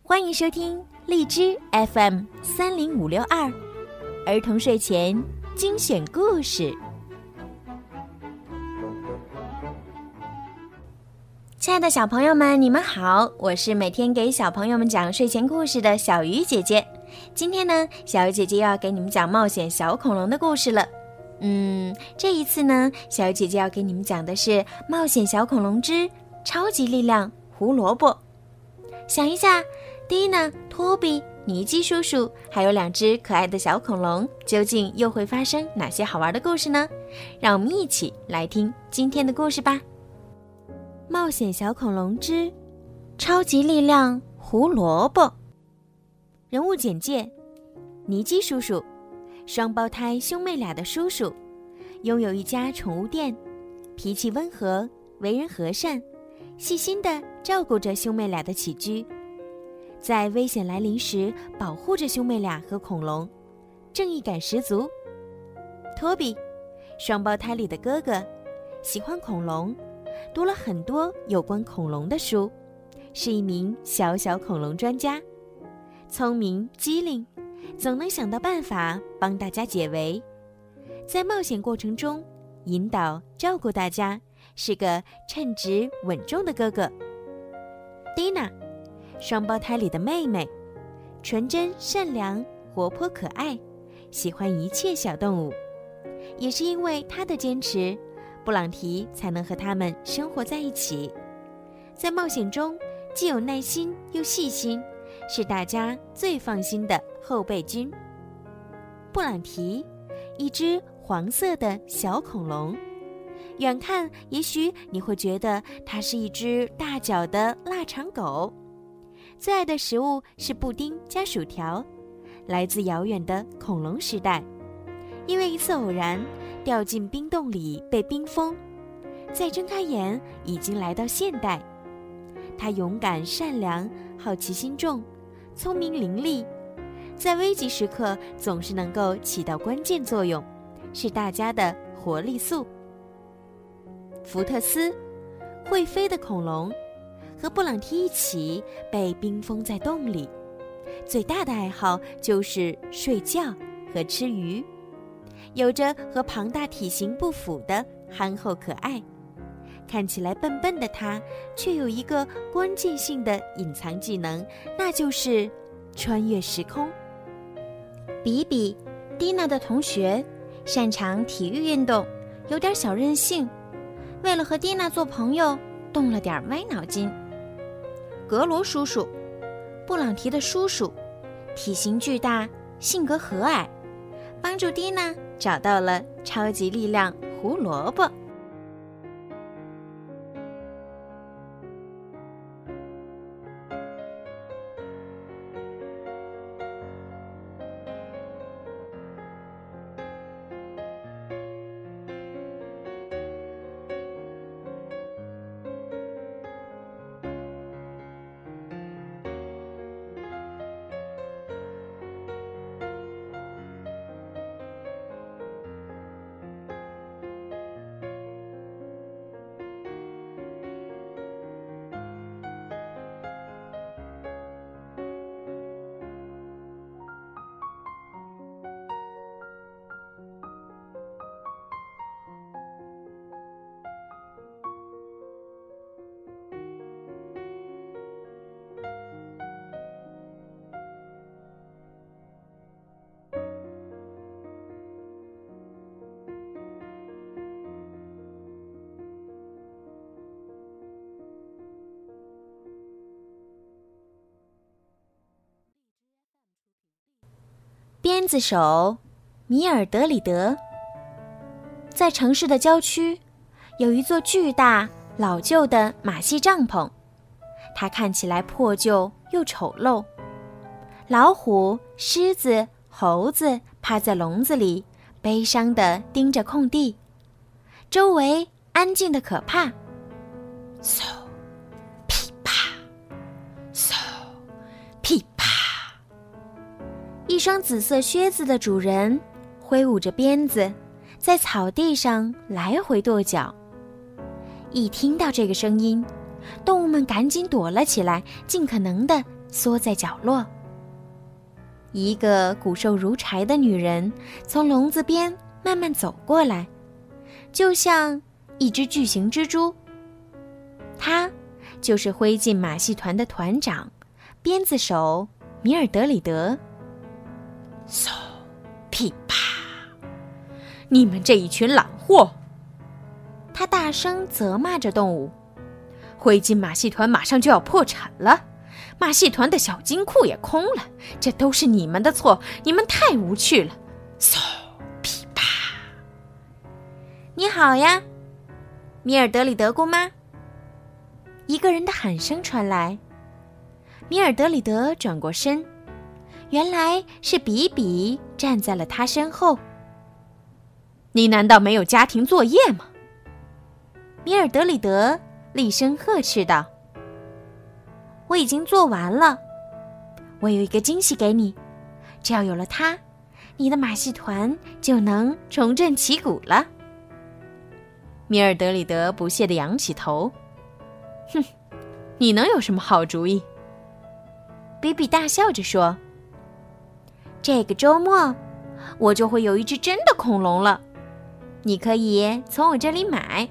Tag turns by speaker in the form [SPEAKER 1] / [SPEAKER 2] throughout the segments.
[SPEAKER 1] 欢迎收听荔枝 FM30562儿童睡前精选故事。亲爱的小朋友们，你们好，我是每天给小朋友们讲睡前故事的小鱼姐姐。今天呢，小鱼姐姐又要给你们讲冒险小恐龙的故事了。这一次呢，小鱼姐姐要给你们讲的是冒险小恐龙之超级力量胡萝卜。想一下，蒂娜、托比、尼基叔叔还有2只可爱的小恐龙，究竟又会发生哪些好玩的故事呢？让我们一起来听今天的故事吧。冒险小恐龙之超级力量胡萝卜。人物简介：尼基叔叔，双胞胎兄妹俩的叔叔，拥有一家宠物店，脾气温和，为人和善，细心地照顾着兄妹俩的起居，在危险来临时保护着兄妹俩和恐龙，正义感十足。托比，双胞胎里的哥哥，喜欢恐龙，读了很多有关恐龙的书，是一名小恐龙专家，聪明机灵，总能想到办法帮大家解围，在冒险过程中引导照顾大家，是个称职稳重的哥哥。蒂娜，双胞胎里的妹妹，纯真善良，活泼可爱，喜欢一切小动物，也是因为她的坚持，布朗提才能和他们生活在一起，在冒险中既有耐心又细心，是大家最放心的后备军。布朗提，一只黄色的小恐龙，远看也许你会觉得它是一只大脚的腊肠狗，最爱的食物是布丁加薯条，来自遥远的恐龙时代，因为一次偶然掉进冰洞里被冰封，再睁开眼已经来到现代。他勇敢善良，好奇心重，聪明伶俐，在危急时刻总是能够起到关键作用，是大家的活力素。福特斯，会飞的恐龙，和布朗提一起被冰封在洞里，最大的爱好就是睡觉和吃鱼，有着和庞大体型不符的憨厚可爱，看起来笨笨的他，却有一个关键性的隐藏技能，那就是穿越时空。比比，蒂娜的同学，擅长体育运动，有点小任性，为了和蒂娜做朋友，动了点歪脑筋。格罗叔叔，布朗提的叔叔，体型巨大，性格和蔼，帮助蒂娜找到了超级力量胡萝卜。鞭子手米尔德里德。在城市的郊区，有一座巨大老旧的马戏帐篷，它看起来破旧又丑陋。老虎、狮子、猴子趴在笼子里，悲伤地盯着空地，周围安静得可怕。嗖，噼啪，嗖，噼啪。一双紫色靴子的主人挥舞着鞭子，在草地上来回跺脚。一听到这个声音，动物们赶紧躲了起来，尽可能地缩在角落。一个骨瘦如柴的女人从笼子边慢慢走过来，就像一只巨型蜘蛛。她就是灰烬马戏团的团长，鞭子手米尔德里德。嗖，噼啪！你们这一群懒货！他大声责骂着动物。灰烬马戏团马上就要破产了，马戏团的小金库也空了，这都是你们的错，你们太无趣了。嗖，噼啪！你好呀，米尔德里德姑妈。一个人的喊声传来。米尔德里德转过身，原来是比比站在了他身后。你难道没有家庭作业吗？米尔德里德厉声呵斥道。我已经做完了，我有一个惊喜给你，只要有了它，你的马戏团就能重振旗鼓了。米尔德里德不屑地扬起头。哼，你能有什么好主意？比比大笑着说。这个周末，我就会有一只真的恐龙了，你可以从我这里买。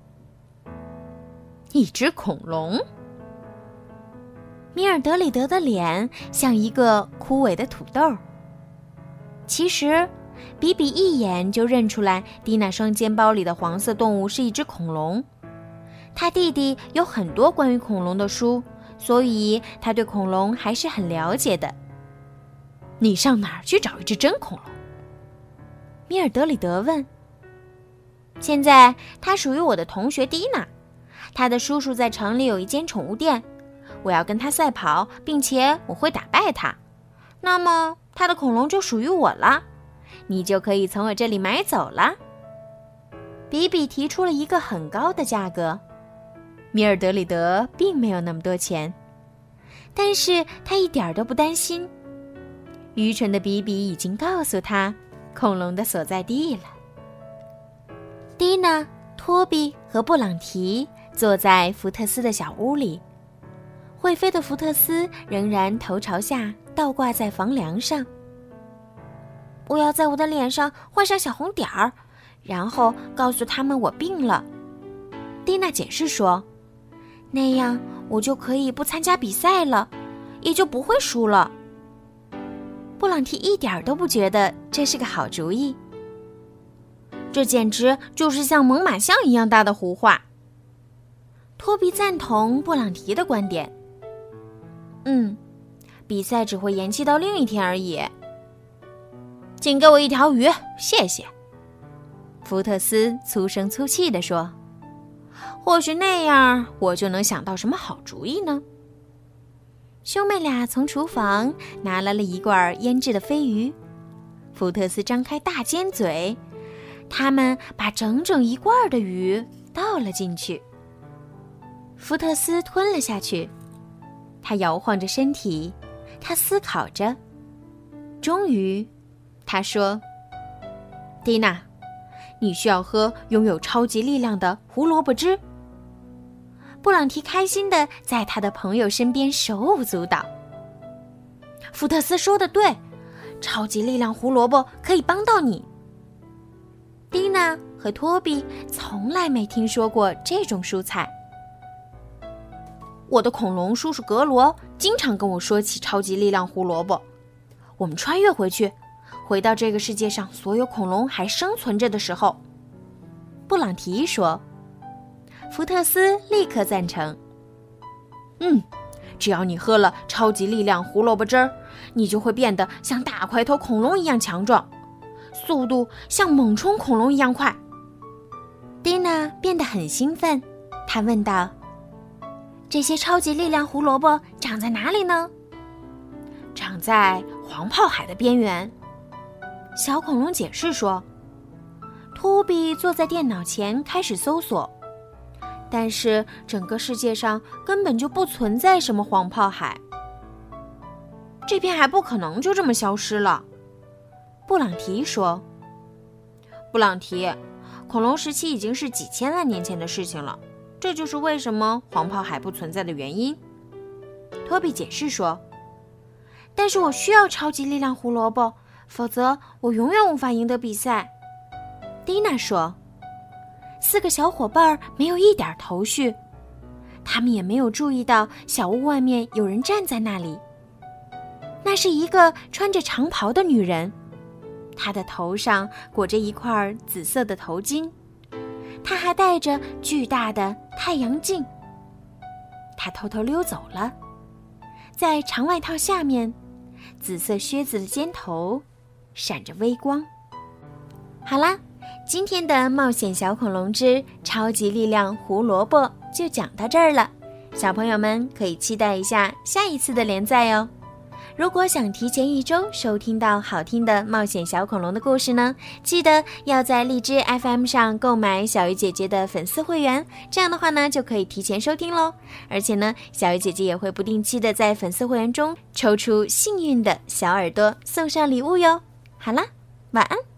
[SPEAKER 1] 一只恐龙？米尔德里德的脸像一个枯萎的土豆。其实，比比一眼就认出来蒂娜双肩包里的黄色动物是一只恐龙。他弟弟有很多关于恐龙的书，所以他对恐龙还是很了解的。你上哪儿去找一只真恐龙？米尔德里德问。现在他属于我的同学蒂娜，他的叔叔在城里有一间宠物店，我要跟他赛跑，并且我会打败他，那么他的恐龙就属于我了，你就可以从我这里买走了。比比提出了一个很高的价格。米尔德里德并没有那么多钱，但是他一点都不担心。愚蠢的比比已经告诉他恐龙的所在地了。蒂娜、托比和布朗提坐在福特斯的小屋里，会飞的福特斯仍然头朝下倒挂在房梁上。我要在我的脸上画上小红点儿，然后告诉他们我病了。蒂娜解释说，那样我就可以不参加比赛了，也就不会输了。布朗提一点都不觉得这是个好主意。这简直就是像猛犸象一样大的胡话。托比赞同布朗提的观点。比赛只会延期到另一天而已。请给我一条鱼，谢谢。福特斯粗声粗气地说。或许那样我就能想到什么好主意呢？兄妹俩从厨房拿来了一罐腌制的飞鱼。福特斯张开大尖嘴，他们把整整一罐的鱼倒了进去。福特斯吞了下去，他摇晃着身体，他思考着。终于他说，蒂娜，你需要喝拥有超级力量的胡萝卜汁。布朗提开心地在他的朋友身边手舞足蹈。福特斯说的对，超级力量胡萝卜可以帮到你。蒂娜和托比从来没听说过这种蔬菜。我的恐龙叔叔格罗经常跟我说起超级力量胡萝卜。我们穿越回去，回到这个世界上所有恐龙还生存着的时候。布朗提说。福特斯立刻赞成。只要你喝了超级力量胡萝卜汁儿，你就会变得像大块头恐龙一样强壮，速度像猛冲恐龙一样快。蒂娜变得很兴奋，她问道，这些超级力量胡萝卜长在哪里呢？长在黄泡海的边缘。小恐龙解释说。托比坐在电脑前开始搜索，但是整个世界上根本就不存在什么黄泡海。这片海不可能就这么消失了，布朗提说。布朗提，恐龙时期已经是几千万年前的事情了，这就是为什么黄泡海不存在的原因。托比解释说。 但是我需要超级力量胡萝卜，否则我永远无法赢得比赛。蒂娜说。4个小伙伴没有一点头绪，他们也没有注意到小屋外面有人站在那里。那是一个穿着长袍的女人，她的头上裹着一块紫色的头巾，她还戴着巨大的太阳镜。她偷偷溜走了，在长外套下面，紫色靴子的尖头闪着微光。好啦，今天的冒险小恐龙之超级力量胡萝卜就讲到这儿了，小朋友们可以期待一下下一次的连载哦。如果想提前1周收听到好听的冒险小恐龙的故事呢，记得要在荔枝 FM 上购买小鱼姐姐的粉丝会员，这样的话呢就可以提前收听咯。而且呢，小鱼姐姐也会不定期的在粉丝会员中抽出幸运的小耳朵送上礼物哟。好啦，晚安。